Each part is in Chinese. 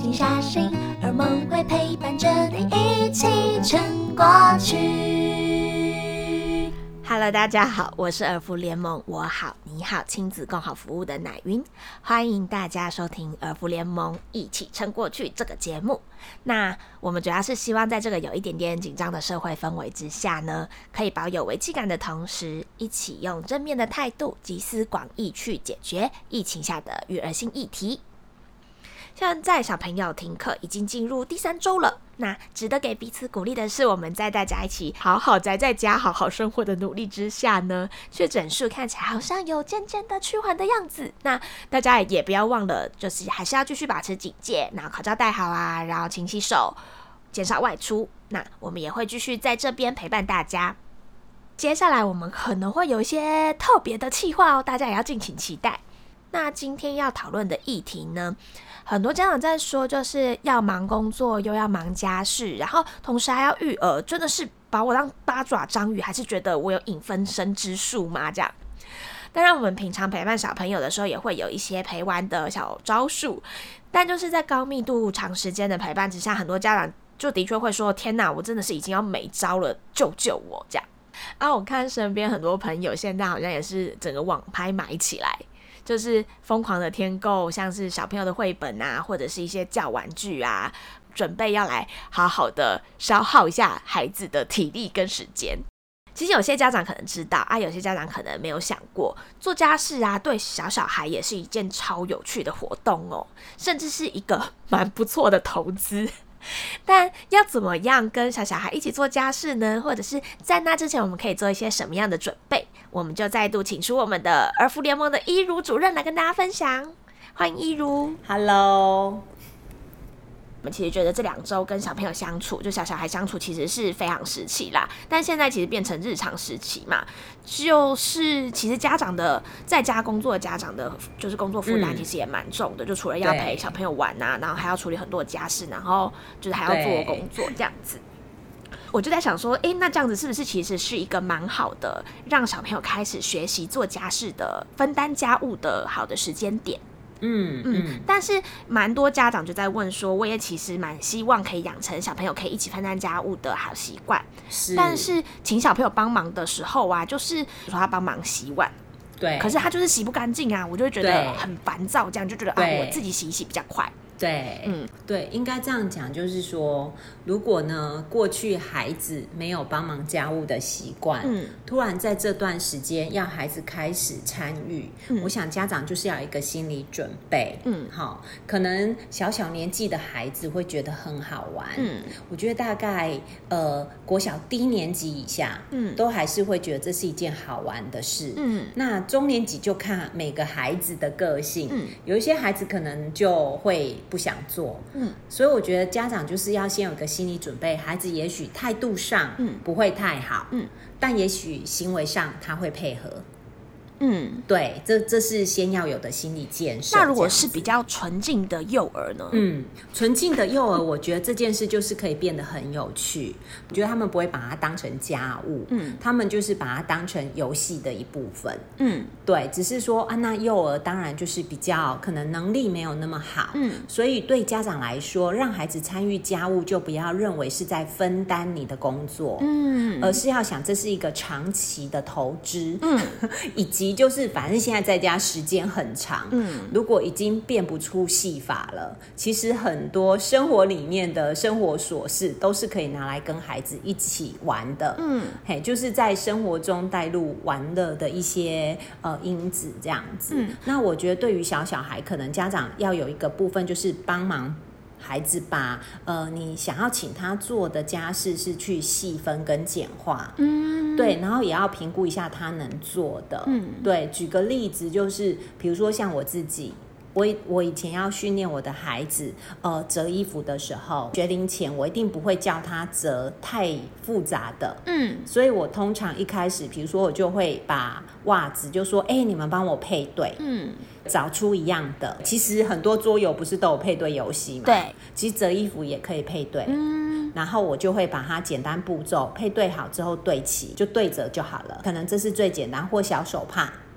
静下心，而梦会陪伴着你一起撑过去。 Hello， 大家好，我是儿福联盟我好你好亲子共好服务的乃云，欢迎大家收听儿福联盟一起撑过去这个节目。那我们主要是希望在这个有一点点紧张的社会氛围之下呢，可以保有危机感的同时，一起用正面的态度集思广益去解决疫情下的育儿新议题。现在小朋友停课已经进入第3周了，那值得给彼此鼓励的是，我们在大家一起好好宅在家好好生活的努力之下呢，确诊数看起来好像有渐渐的趋缓的样子。那大家也不要忘了，就是还是要继续保持警戒，然后口罩戴好啊，然后勤洗手，减少外出。那我们也会继续在这边陪伴大家。接下来我们可能会有一些特别的企划哦，大家也要敬请期待。那今天要讨论的议题呢，很多家长在说，就是要忙工作又要忙家事，然后同时还要育儿，真的是把我当八爪章鱼，还是觉得我有引分身之术吗？这样。当然我们平常陪伴小朋友的时候也会有一些陪玩的小招数，但就是在高密度长时间的陪伴之下，很多家长就的确会说，天哪，我真的是已经要没招了，救救我这样。我看身边很多朋友现在好像也是整个网拍买起来，就是疯狂的添购，像是小朋友的绘本啊，或者是一些教玩具啊，准备要来好好的消耗一下孩子的体力跟时间。其实有些家长可能知道啊，有些家长可能没有想过，做家事啊，对小孩也是一件超有趣的活动哦，甚至是一个蛮不错的投资。但要怎么样跟小孩一起做家事呢？或者是在那之前我们可以做一些什么样的准备？我们就再度请出我们的儿福联盟的依如主任来跟大家分享。欢迎依如。 Hello， 我们其实觉得这2周跟小朋友相处，就小孩相处其实是非常时期啦，但现在其实变成日常时期嘛，就是其实家长的在家工作的家长的就是工作负担其实也蛮重的，就除了要陪小朋友玩啊，然后还要处理很多家事，然后就是还要做工作这样子。我就在想说，那这样子是不是其实是一个蛮好的让小朋友开始学习做家事的分担家务的好的时间点？但是蛮多家长就在问说，我也其实蛮希望可以养成小朋友可以一起分担家务的好习惯，但是请小朋友帮忙的时候啊，就是说他帮忙洗碗，对，可是他就是洗不干净啊，我就会觉得很烦躁，这样就觉得我自己洗一洗比较快。 对，对，应该这样讲，就是说，如果呢，过去孩子没有帮忙家务的习惯，突然在这段时间要孩子开始参与，我想家长就是要有一个心理准备，好，可能小年纪的孩子会觉得很好玩，我觉得大概国小低年级以下，都还是会觉得这是一件好玩的事，那中年级就看每个孩子的个性，有一些孩子可能就会不想做，所以我觉得家长就是要先有一个心理准备，孩子也许态度上不会太好，但也许行为上他会配合，对，这是先要有的心理建设。 那如果是比较纯净的幼儿呢？ 纯净的幼儿，我觉得这件事就是可以变得很有趣。我觉得他们不会把它当成家务，他们就是把它当成游戏的一部分。对，只是说那幼儿当然就是比较可能能力没有那么好，所以对家长来说，让孩子参与家务，就不要认为是在分担你的工作，而是要想这是一个长期的投资，以及就是反正现在在家时间很长，如果已经变不出戏法了，其实很多生活里面的生活琐事都是可以拿来跟孩子一起玩的，就是在生活中带入玩乐的一些因子这样子。那我觉得对于小孩，可能家长要有一个部分就是帮忙孩子把你想要请他做的家事是去细分跟简化，对，然后也要评估一下他能做的，对，举个例子，就是比如说像我自己，我以前要训练我的孩子折衣服的时候，学龄前我一定不会叫他折太复杂的，所以我通常一开始比如说我就会把袜子就说你们帮我配对，找出一样的。其实很多桌游不是都有配对游戏吗？ 对， 其实折衣服也可以配对，然后我就会把它简单步骤配对好之后对齐，就对折就好了，可能这是最简单，或小手帕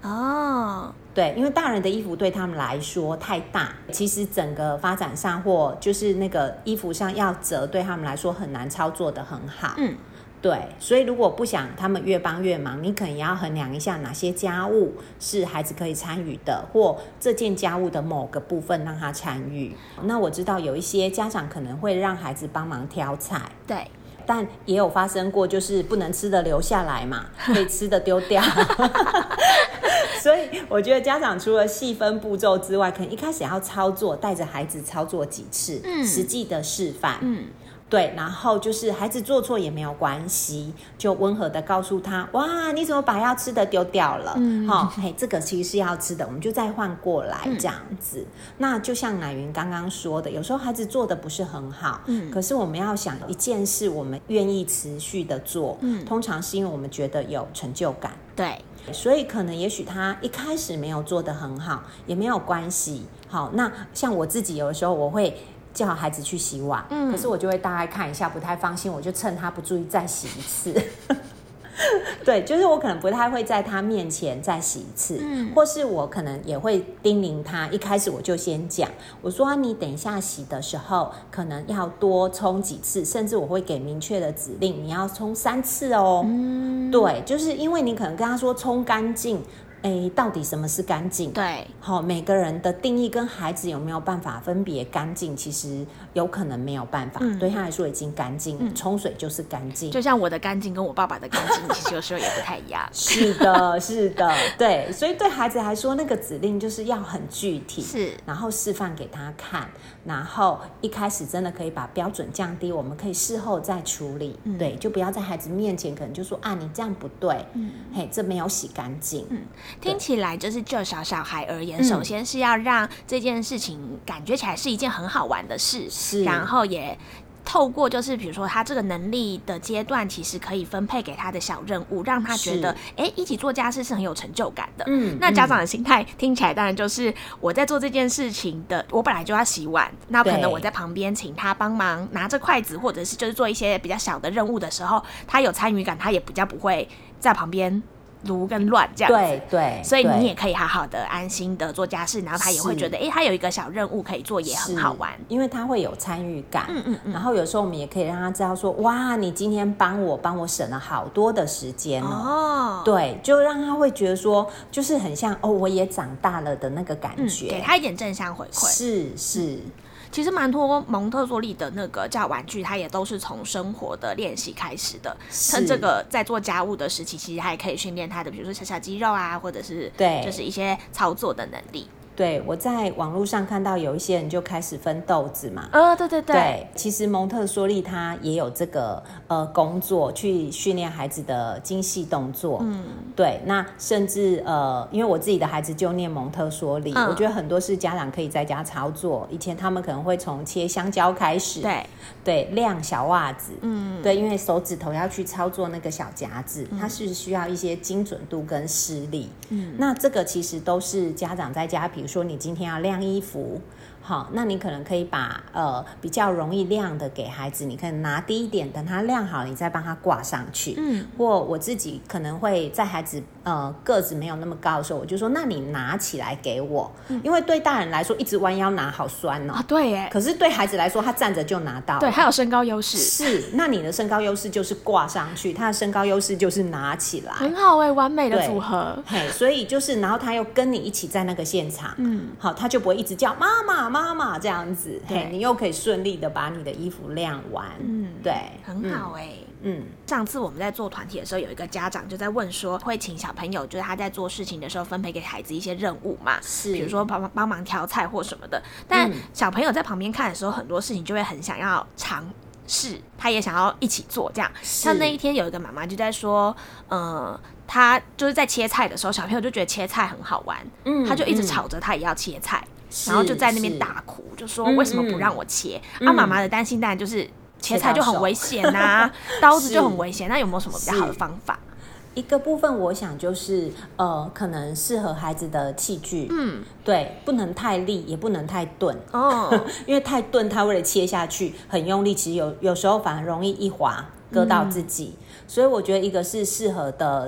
哦， 对，因为大人的衣服对他们来说太大，其实整个发展上或就是那个衣服上要折，对他们来说很难操作的很好。对，所以如果不想他们越帮越忙，你可能也要衡量一下哪些家务是孩子可以参与的，或这件家务的某个部分让他参与。那我知道有一些家长可能会让孩子帮忙挑菜， 对， 但也有发生过，就是不能吃的留下来嘛，可以吃的丢掉。所以我觉得家长除了细分步骤之外，可能一开始要操作，带着孩子操作几次，实际的示范。对，然后就是孩子做错也没有关系，就温和的告诉他，哇，你怎么把要吃的丢掉了？这个其实是要吃的，我们就再换过来这样子。那就像乃云刚刚说的，有时候孩子做的不是很好，可是我们要想一件事，我们愿意持续的做，通常是因为我们觉得有成就感。 对， 所以可能也许他一开始没有做得很好，也没有关系。好，那像我自己有的时候我会叫孩子去洗碗，可是我就会大概看一下，不太放心，我就趁他不注意再洗一次。对，就是我可能不太会在他面前再洗一次，或是我可能也会叮咛他，一开始我就先讲，我说你等一下洗的时候可能要多冲几次，甚至我会给明确的指令，你要冲3次哦。对，就是因为你可能跟他说冲干净，到底什么是干净？ 对， 每个人的定义跟孩子有没有办法分别干净，其实有可能没有办法。对他来说已经干净，冲水就是干净。 就像我的干净跟我爸爸的干净，其实有时候也不太一样。 是的，是的，对，所以对孩子来说，那个指令就是要很具体， 是， 然后示范给他看，然后一开始真的可以把标准降低，我们可以事后再处理。对，就不要在孩子面前可能就说啊，你这样不对，这没有洗干净。 听起来就是就小孩而言，首先是要让这件事情感觉起来是一件很好玩的事， 是， 然后也透过就是比如说他这个能力的阶段，其实可以分配给他的小任务，让他觉得一起做家事是很有成就感的。那家长的心态听起来当然就是我在做这件事情的，我本来就要洗碗，那可能我在旁边请他帮忙拿着筷子，或者是就是做一些比较小的任务的时候，他有参与感，他也比较不会在旁边撸跟乱这样子。 对， 所以你也可以好好的安心的做家事，然后他也会觉得他有一个小任务可以做，也很好玩， 因为他会有参与感。然后有时候我们也可以让他知道说，哇，你今天帮我省了好多的时间哦。对，就让他会觉得说，就是很像我也长大了的那个感觉， 给他一点正向回馈。 是。 其实蛮多蒙特梭利的那个叫玩具，它也都是从生活的练习开始的。趁这个在做家务的时期，其实还可以训练他的，比如说小肌肉啊，或者是就是一些操作的能力。 对，我在网络上看到有一些人就开始分豆子嘛。对，其实蒙特梭利他也有这个工作去训练孩子的精细动作。对，那甚至因为我自己的孩子就念蒙特梭利，我觉得很多是家长可以在家操作。以前他们可能会从切香蕉开始，对，晾小袜子，对，因为手指头要去操作那个小夹子，它是需要一些精准度跟施力。那这个其实都是家长在家，比如说你今天要晾衣服，好，那你可能可以把比较容易晾的给孩子，你可以拿低一点，等他晾好你再帮他挂上去。或我自己可能会在孩子个子没有那么高的时候，我就说那你拿起来给我，因为对大人来说一直弯腰拿好酸哦。 对耶。 可是对孩子来说他站着就拿到了。 对，他有身高优势。 是，那你的身高优势就是挂上去，他的身高优势就是拿起来。 很好耶，完美的组合。 所以就是然后他又跟你一起在那个现场，好，他就不会一直叫妈妈妈妈这样子，你又可以顺利的把你的衣服晾完。对， 很好上次我们在做团体的时候，有一个家长就在问说，会请小朋友就是他在做事情的时候分配给孩子一些任务嘛，比如说帮忙挑菜或什么的。但小朋友在旁边看的时候，很多事情就会很想要尝试，他也想要一起做这样。像那一天有一个妈妈就在说，他就是在切菜的时候，小朋友就觉得切菜很好玩，他就一直吵着他也要切菜，然后就在那边大哭，就说为什么不让我切？妈妈的担心当然就是切菜就很危险啊，刀子就很危险。那有没有什么比较好的方法？ 一个部分我想就是可能适合孩子的器具，对，不能太利也不能太钝因为太钝他为了切下去很用力，其实有时候反而容易一滑割到自己。所以我觉得一个是适合的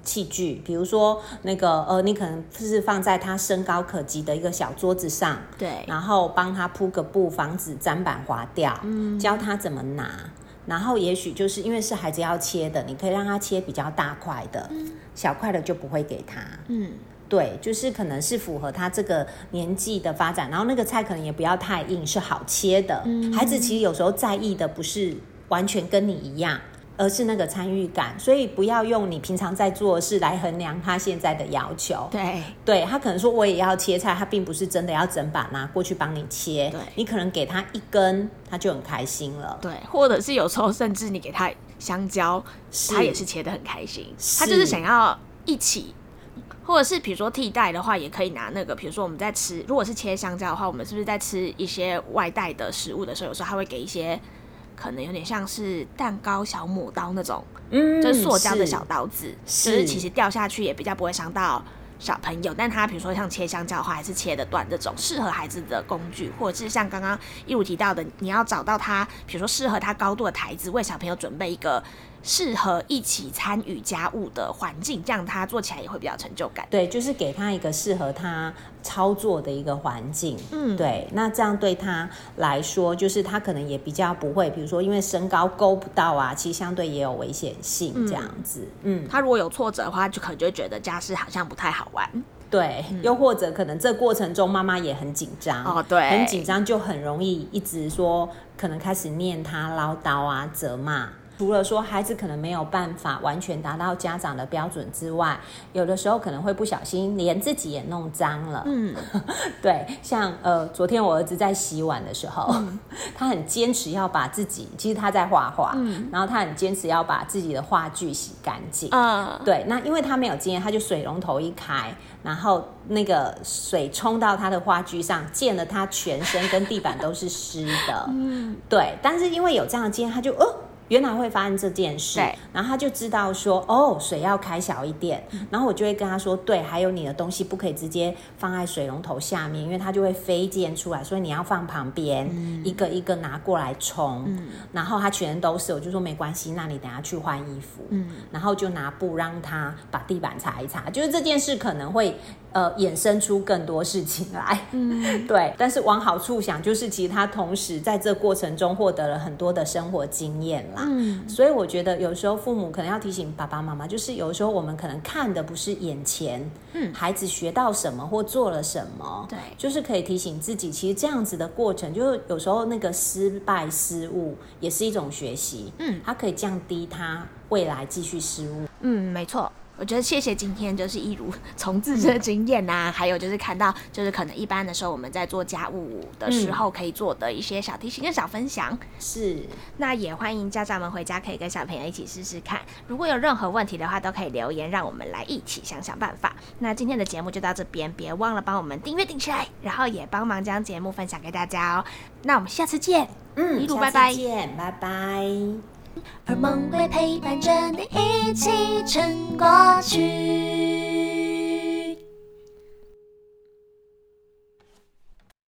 器具，比如说那个你可能是放在他身高可及的一个小桌子上， 对， 然后帮他铺个布，防止砧板滑掉，教他怎么拿。然后也许就是因为是孩子要切的，你可以让他切比较大块的，小块的就不会给他。对，就是可能是符合他这个年纪的发展，然后那个菜可能也不要太硬，是好切的。孩子其实有时候在意的不是完全跟你一样，而是那个参与感，所以不要用你平常在做的事来衡量他现在的要求。对，他可能说我也要切菜，他并不是真的要整把拿过去帮你切，你可能给他一根，他就很开心了。 对，或者是有时候甚至你给他香蕉，他也是切得很开心，他就是想要一起。或者是比如说替代的话，也可以拿那个，比如说我们在吃，如果是切香蕉的话，我们是不是在吃一些外带的食物的时候，有时候他会给一些可能有点像是蛋糕小抹刀那种，就是塑胶的小刀子，就是其实掉下去也比较不会伤到小朋友，但他比如说像切香蕉的话，还是切得断这种适合孩子的工具，或者是像刚刚一如提到的，你要找到他，比如说适合他高度的台子，为小朋友准备一个适合一起参与家务的环境，这样他做起来也会比较成就感。 对，就是给他一个适合他操作的一个环境。对，那这样对他来说，就是他可能也比较不会，比如说因为身高勾不到啊，其实相对也有危险性这样子。 他如果有挫折的话，就可能就会觉得家事好像不太好玩。 对，又或者可能这过程中妈妈也很紧张， 对， 很紧张就很容易一直说，可能开始念他、唠叨啊、责骂。除了说孩子可能没有办法完全达到家长的标准之外，有的时候可能会不小心连自己也弄脏了。对，像昨天我儿子在洗碗的时候，他很坚持要把自己，其实他在画画，然后他很坚持要把自己的画具洗干净。对，那因为他没有经验，他就水龙头一开，然后那个水冲到他的画具上，溅了他全身跟地板都是湿的。对，但是因为有这样的经验，他就原来会发生这件事，然后他就知道说水要开小一点，然后我就会跟他说，对，还有你的东西不可以直接放在水龙头下面，因为它就会飞溅出来，所以你要放旁边，一个一个拿过来冲。然后他全都是，我就说没关系，那你等下去换衣服。然后就拿布让他把地板擦一擦，就是这件事可能会衍生出更多事情来。对，但是往好处想，就是其实他同时在这过程中获得了很多的生活经验啦。所以我觉得有时候父母可能要提醒爸爸妈妈，就是有时候我们可能看的不是眼前孩子学到什么或做了什么， 对， 就是可以提醒自己，其实这样子的过程，就是有时候那个失败失误也是一种学习。它可以降低他未来继续失误。 没错。我觉得谢谢今天就是一如从自身的经验啊，还有就是看到就是可能一般的时候我们在做家务的时候可以做的一些小提醒跟小分享。 是， 那也欢迎家长们回家可以跟小朋友一起试试看，如果有任何问题的话都可以留言，让我们来一起想想办法。那今天的节目就到这边，别忘了帮我们订阅订起来，然后也帮忙将节目分享给大家哦。那我们下次见，一路拜拜， 下次见，拜拜。 而梦会陪伴着你一起撑过去。